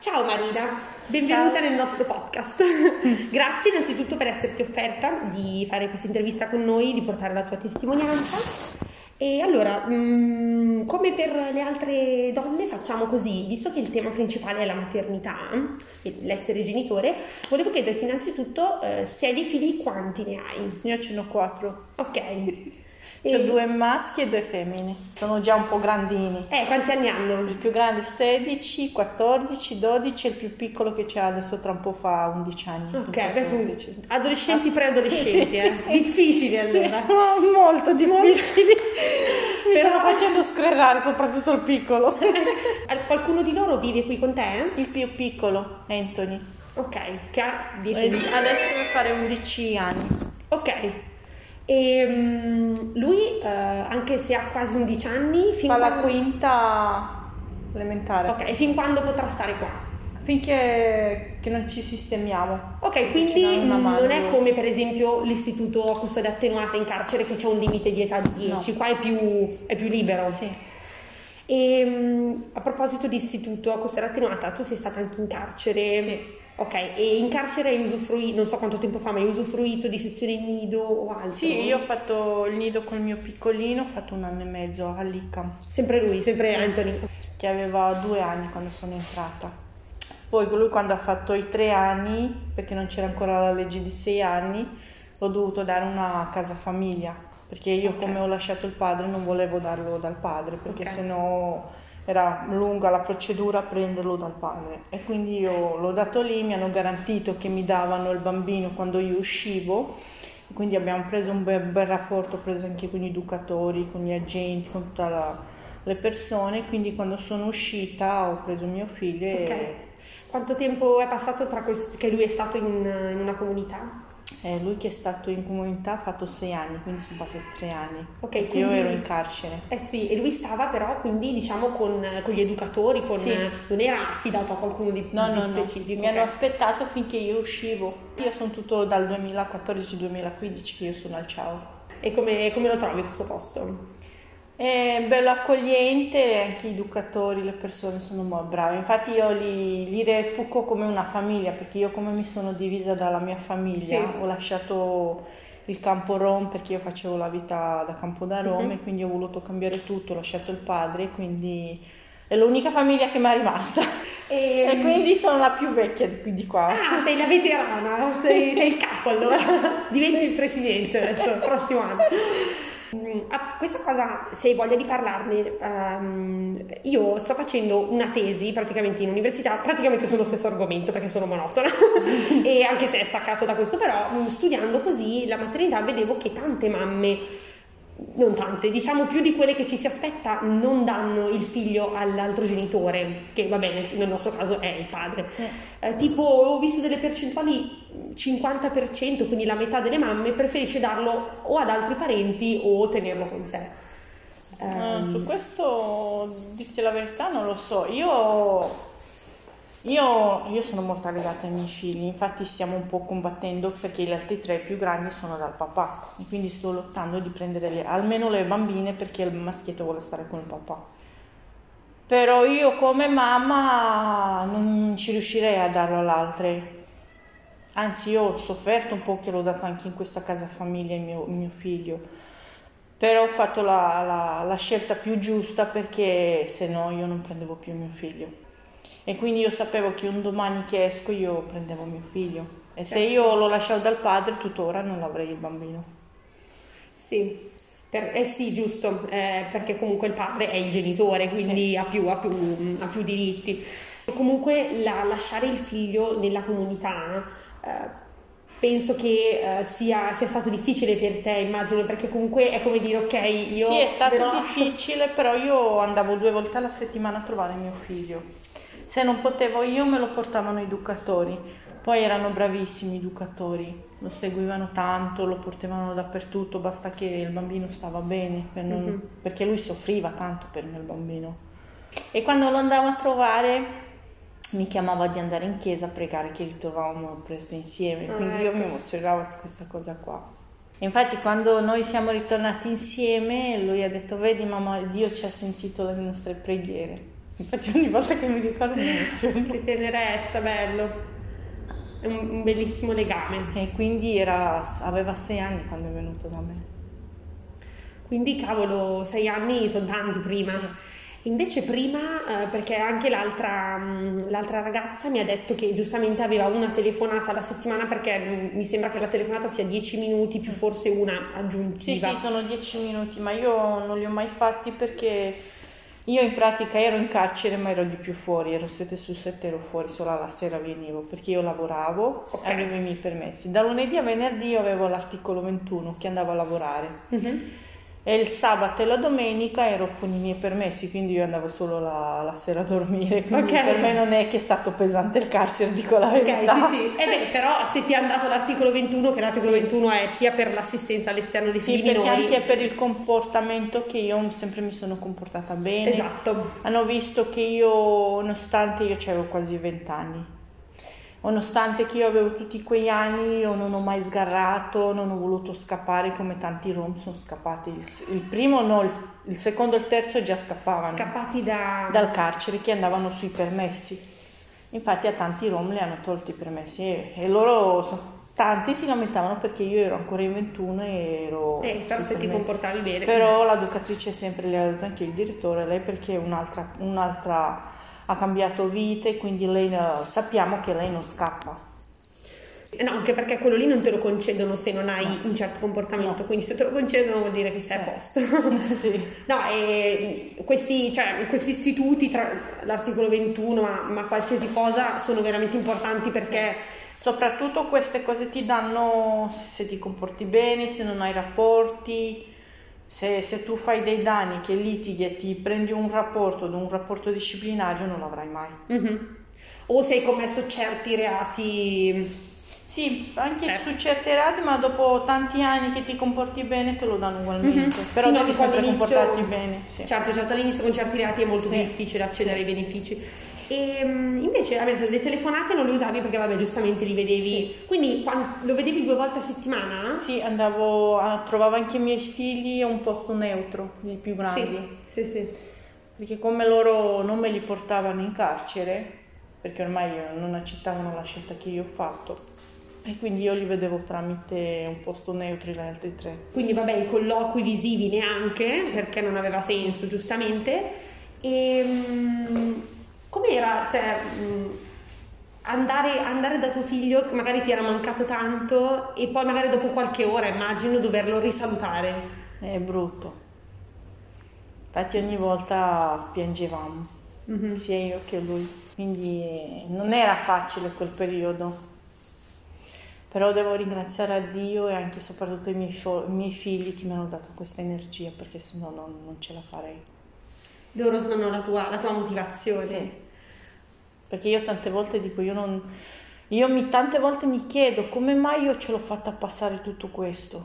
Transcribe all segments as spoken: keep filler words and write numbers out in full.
Ciao Marina, benvenuta Ciao. nel nostro podcast. Grazie innanzitutto per esserti offerta di fare questa intervista con noi, di portare la tua testimonianza. E allora, mh, come per le altre donne facciamo così, visto che il tema principale è la maternità e l'essere genitore, volevo chiederti innanzitutto eh, se hai dei figli, quanti ne hai? Io ce n'ho quattro. Ok. Ho E- due maschi e due femmine. Sono già un po' grandini. Eh, quanti anni hanno? Il più grande sedici, quattordici, dodici e il più piccolo che c'è adesso tra un po' fa undici anni. Ok, beh, sono quattordici. adolescenti, preadolescenti, Sì, eh. sì. Difficili allora. Oh, molto difficili. Mi Però- stanno facendo screrare, soprattutto il piccolo. Qualcuno di loro vive qui con te? Il più piccolo, Anthony. Ok, che ha dieci E anni. Adesso deve fare undici anni. Ok. E mm, lui, eh, anche se ha quasi undici anni, fin Fa la quando... quinta elementare. Ok, e fin quando potrà stare qua? Finché che non ci sistemiamo. Ok, quindi Ci danno una mm, mano non è loro. come per esempio l'istituto a custodia attenuata in carcere che c'è un limite di età di dieci, No. qua è più, è più libero. Sì. E mm, a proposito di istituto a custodia attenuata, tu sei stata anche in carcere? Sì. Ok, e in carcere hai usufruito, non so quanto tempo fa, ma hai usufruito di sezione nido o altro? Sì, io ho fatto il nido col mio piccolino, ho fatto un anno e mezzo all'Icam, Sempre lui, sempre Sì. Anthony. che aveva due anni quando sono entrata. Poi lui quando ha fatto i tre anni, perché non c'era ancora la legge di sei anni, l'ho dovuto dare una casa famiglia, perché io Ok. come ho lasciato il padre non volevo darlo dal padre, perché Ok. sennò era lunga la procedura a prenderlo dal padre. E quindi io l'ho dato lì, mi hanno garantito che mi davano il bambino quando io uscivo, quindi abbiamo preso un bel, bel rapporto, ho preso anche con gli educatori, con gli agenti, con tutte le persone, quindi quando sono uscita ho preso mio figlio e Ok. Quanto tempo è passato tra questo, che lui è stato in, in una comunità? eh, lui che è stato in comunità ha fatto sei anni, quindi sono passati tre anni, Ok, perché quindi- io ero in carcere. Eh sì, e lui stava però quindi diciamo con, con gli educatori, con, Sì. non era affidato a qualcuno di, No, di no, no, specifico. mi hanno ok. aspettato finché io uscivo. Io sono tutto dal duemilaquattordici duemilaquindici che io sono al Ciao. E come, come lo trovi questo posto? È bello accogliente, anche gli educatori, le persone sono molto brave. Infatti io li, li reputo come una famiglia, perché io come mi sono divisa dalla mia famiglia, Sì. ho lasciato il campo Rom perché io facevo la vita da campo da Rom Mhm. e quindi ho voluto cambiare tutto, ho lasciato il padre, quindi è l'unica famiglia che mi è rimasta. E, E quindi sono la più vecchia di qui di qua. Ah, sei la veterana, sei, sei il capo allora, diventi il presidente adesso, il prossimo anno. Mm, ah, questa cosa, se hai voglia di parlarne, ehm, io sto facendo una tesi praticamente in università, praticamente sullo stesso argomento perché sono monotona, e anche se è staccato da questo, però mm, studiando così la maternità vedevo che tante mamme, non tante, diciamo più di quelle che ci si aspetta, non danno il figlio all'altro genitore, che va bene, nel nostro caso è il padre. Eh, tipo, ho visto delle percentuali cinquanta per cento, quindi la metà delle mamme preferisce darlo o ad altri parenti o tenerlo con sé. Eh, Ehm, su questo, dirti la verità, non lo so. Io, io, io sono molto legata ai miei figli, infatti stiamo un po' combattendo perché gli altri tre più grandi sono dal papà e quindi sto lottando di prendere le- almeno le bambine perché il maschietto vuole stare con il papà. Però io come mamma non ci riuscirei a darlo all'altre. Anzi, io ho sofferto un po' che l'ho dato anche in questa casa famiglia il mio, il mio figlio. Però ho fatto la, la- la scelta più giusta perché se no io non prendevo più mio figlio. E quindi io sapevo che un domani che esco io prendevo mio figlio. E se Certo. io lo lasciavo dal padre, tuttora non avrei il bambino. Sì, per- eh sì, giusto, eh, perché comunque il padre è il genitore, quindi ha, più, ha, più, ha più diritti. E comunque la- lasciare il figlio nella comunità, eh, penso che eh, sia, sia stato difficile per te, immagino, perché comunque è come dire, ok, io... Sì, è stato però- difficile, però io andavo due volte alla settimana a trovare mio figlio. Se non potevo io, me lo portavano i educatori. Poi erano bravissimi i educatori, lo seguivano tanto, lo portavano dappertutto, basta che il bambino stava bene, per non- Mhm. perché lui soffriva tanto per me il bambino. E quando lo andavo a trovare mi chiamava di andare in chiesa a pregare che ritrovavamo presto insieme, Ah, quindi io ecco. mi emozionavo su questa cosa qua. Infatti quando noi siamo ritornati insieme lui ha detto: vedi mamma, Dio ci ha sentito le nostre preghiere. Infatti ogni volta che mi ricordo mi emoziono. Che tenerezza, bello. È un, un bellissimo legame. E quindi era, aveva sei anni quando è venuto da me. Quindi cavolo, sei anni sono tanti prima. Sì. Invece prima, eh, perché anche l'altra, mh, l'altra ragazza mi ha detto che giustamente aveva una telefonata alla settimana, perché mh, mi sembra che la telefonata sia dieci minuti più forse una aggiuntiva. Sì, sì, sono dieci minuti, ma io non li ho mai fatti perché io in pratica ero in carcere ma ero di più fuori, ero sette su sette, ero fuori, solo alla sera venivo perché io lavoravo, Okay. avevo i miei permessi. Da lunedì a venerdì io avevo l'articolo ventuno che andavo a lavorare. Mhm. E il sabato e la domenica ero con i miei permessi, quindi io andavo solo la, la sera a dormire, quindi Ok. per me non è che è stato pesante il carcere, dico la Ok, verità. sì, sì. E beh, però se ti è andato l'articolo ventuno, che l'articolo Sì. ventuno è sia per l'assistenza all'esterno dei Sì, figli perché minori. anche per il comportamento che io sempre mi sono comportata bene. Esatto. Hanno visto che io, nonostante io avevo quasi vent'anni, nonostante che io avevo tutti quei anni, io non ho mai sgarrato, non ho voluto scappare come tanti rom sono scappati. Il, il primo no, il, il secondo e il terzo già scappavano Scappati da... dal carcere, che andavano sui permessi. Infatti a tanti rom le hanno tolti i permessi e, e loro, so- tanti si lamentavano perché io ero ancora in ventuno e ero... Eh, però sui se ti permessi. comportavi bene. Però l'educatrice sempre le ha detto, anche il direttore, lei perché è un'altra, un'altra ha cambiato vita e quindi lei, eh, sappiamo che lei non scappa. No, anche perché quello lì non te lo concedono se non hai No. un certo comportamento, No. quindi se te lo concedono vuol dire che sei a Sì. posto. Sì. No, e questi, cioè, questi istituti, tra l'articolo ventuno, ma, ma qualsiasi cosa, sono veramente importanti perché... Soprattutto queste cose ti danno se ti comporti bene, se non hai rapporti, se, se tu fai dei danni, che litighi e ti prendi un rapporto, un rapporto disciplinario, non l'avrai mai. Mhm. O se hai commesso certi reati... Sì, anche Eh. su certi reati, ma dopo tanti anni che ti comporti bene te lo danno ugualmente. Mhm. Però Sì, no, devi tipo sempre all'inizio- comportarti bene. Sì. Certo, certo, all'inizio con certi reati è molto Sì. difficile accedere ai benefici. E mm, invece vabbè, le telefonate non le usavi perché vabbè, giustamente li vedevi. Quindi quan- lo vedevi due volte a settimana? Sì, andavo a trovavo anche i miei figli a un posto neutro, i più grandi. Sì, sì, sì. Perché come loro non me li portavano in carcere, perché ormai non accettavano la scelta che io ho fatto, e quindi io li vedevo tramite un posto neutro gli altri tre. Quindi vabbè, i colloqui visivi neanche, perché non aveva senso, giustamente. E mm, com'era, cioè, mm, andare, andare da tuo figlio che magari ti era mancato tanto e poi magari dopo qualche ora, immagino, doverlo risalutare. È brutto. Infatti ogni volta piangevamo, Mhm. sia io che lui. Quindi eh, non era facile quel periodo. Però devo ringraziare a Dio e anche soprattutto i miei, fo- i miei figli che mi hanno dato questa energia, perché sennò non, non ce la farei. Loro sono la tua, la tua motivazione. Sì. Perché io tante volte dico, io non... Io mi, tante volte mi chiedo come mai io ce l'ho fatta passare tutto questo.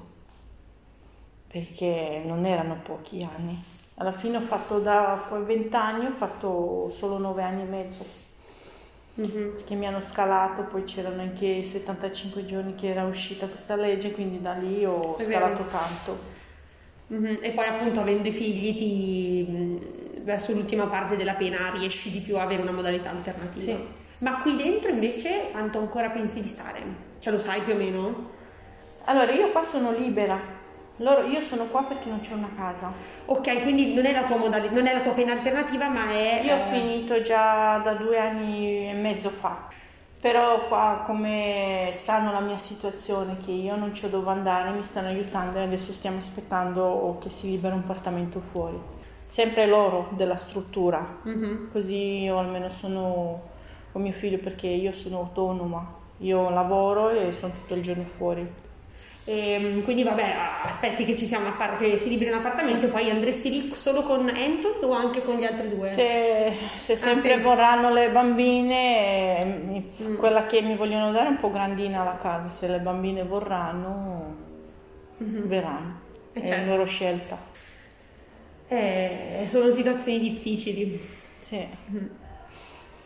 Perché non erano pochi anni. Alla fine ho fatto da quei vent'anni, ho fatto solo nove anni e mezzo. Mhm. Che mi hanno scalato, poi c'erano anche i settantacinque giorni che era uscita questa legge, quindi da lì ho È scalato vero. tanto. Mhm. E poi appunto avendo i figli ti, mh, verso l'ultima parte della pena riesci di più a avere una modalità alternativa. Sì. Ma qui dentro invece quanto ancora pensi di stare? Ce lo sai più o meno? Allora, io qua sono libera. Loro, io sono qua perché non c'è una casa. Ok, quindi non è la tua modalità, non è la tua pena alternativa, ma è... Io ho eh, finito già da due anni e mezzo fa. Però qua, come sanno la mia situazione, che io non c'ho dove andare, mi stanno aiutando e adesso stiamo aspettando che si liberi un appartamento fuori. Sempre loro della struttura, mhm. così io almeno sono con mio figlio, perché io sono autonoma, io lavoro e sono tutto il giorno fuori. Ehm, quindi vabbè, aspetti che ci sia un appart- che si liberi un appartamento e poi andresti lì solo con Anthony o anche con gli altri due? Se, se sempre sì. vorranno le bambine, eh, mi- quella che mi vogliono dare è un po' grandina la casa, se le bambine vorranno, verranno, Eh, è certo. la loro scelta. Eh, sono situazioni difficili. Sì.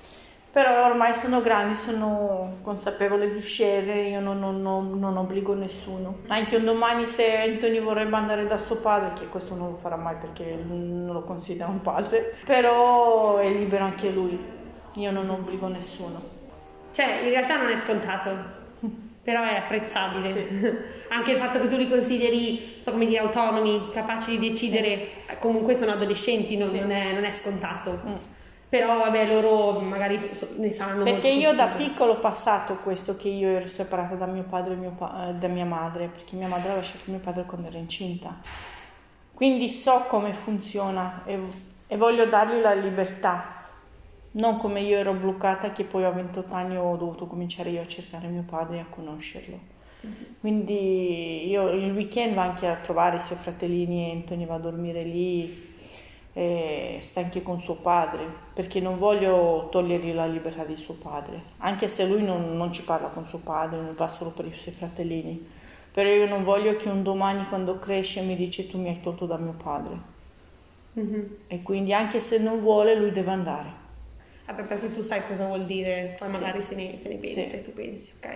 Però ormai sono grandi, sono consapevole di scegliere, io non, non, non, non obbligo nessuno. Anche un domani se Anthony vorrebbe andare da suo padre, che questo non lo farà mai perché non lo considera un padre, però è libero anche lui, io non obbligo nessuno. Cioè, in realtà non è scontato, però è apprezzabile. Sì. Anche il fatto che tu li consideri, so come dire, autonomi, capaci di decidere, sì. Comunque sono adolescenti, non, sì. non, è, non è scontato. Mm. Però vabbè, loro magari ne sanno perché molto. Io da piccolo ho passato questo, che io ero separata da mio padre e mio pa- da mia madre, perché mia madre ha lasciato mio padre quando era incinta. Quindi so come funziona e, e voglio dargli la libertà, non come io ero bloccata, che poi a ventotto anni ho dovuto cominciare io a cercare mio padre e a conoscerlo. Mm-hmm. Quindi io il weekend va anche a trovare i suoi fratellini, Anthony va a dormire lì, e sta anche con suo padre, perché non voglio togliergli la libertà di suo padre, anche se lui non, non ci parla con suo padre, non va solo per i suoi fratellini, però io non voglio che un domani quando cresce mi dice tu mi hai tolto da mio padre. Mm-hmm. E quindi anche se non vuole lui deve andare. Ah, perché tu sai cosa vuol dire, poi magari sì. se, ne, se ne pente, sì. Tu pensi, ok.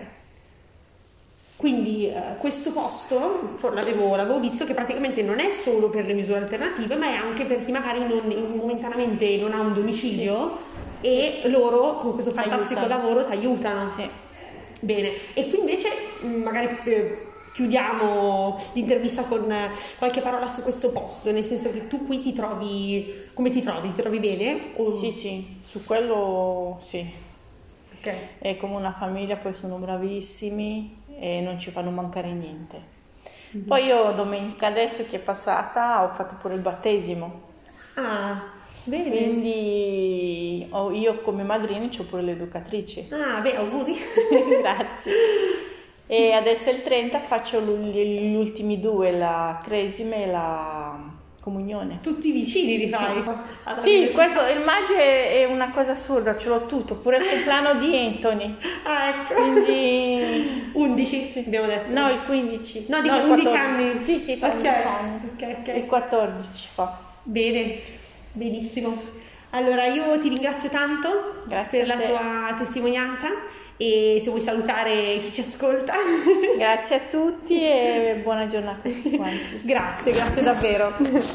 Quindi eh, questo posto l'avevo, l'avevo visto che praticamente non è solo per le misure alternative, ma è anche per chi magari non, momentaneamente non ha un domicilio, sì. E loro con questo fantastico aiutano. Lavoro ti aiutano. Sì. Bene, e qui invece magari eh, chiudiamo l'intervista con qualche parola su questo posto, nel senso che tu qui ti trovi, come ti trovi? Ti trovi bene? O... Sì, sì, su quello sì. Okay. È come una famiglia, poi sono bravissimi e non ci fanno mancare niente. Mm-hmm. Poi io domenica adesso che è passata ho fatto pure il battesimo. Ah, bene. Quindi ho, io come madrina c'ho pure l'educatrice. Ah, beh, auguri. Grazie. E adesso il trenta faccio gli ultimi due, la cresima e la comunione. Tutti vicini li fai? Sì, sì, questo, il maggio è, è una cosa assurda, ce l'ho tutto, pure il compleanno di Anthony. Ah, ecco. Quindi undici, sì, abbiamo detto. No, il quindici. No, dico no, undici anni. Sì, sì, quindici okay. anni. Ok, ok. Il quattordici fa. Bene, benissimo. Allora io ti ringrazio tanto Grazie per la tua testimonianza e se vuoi salutare chi ci ascolta. Grazie a tutti e buona giornata a tutti quanti. Grazie, grazie davvero.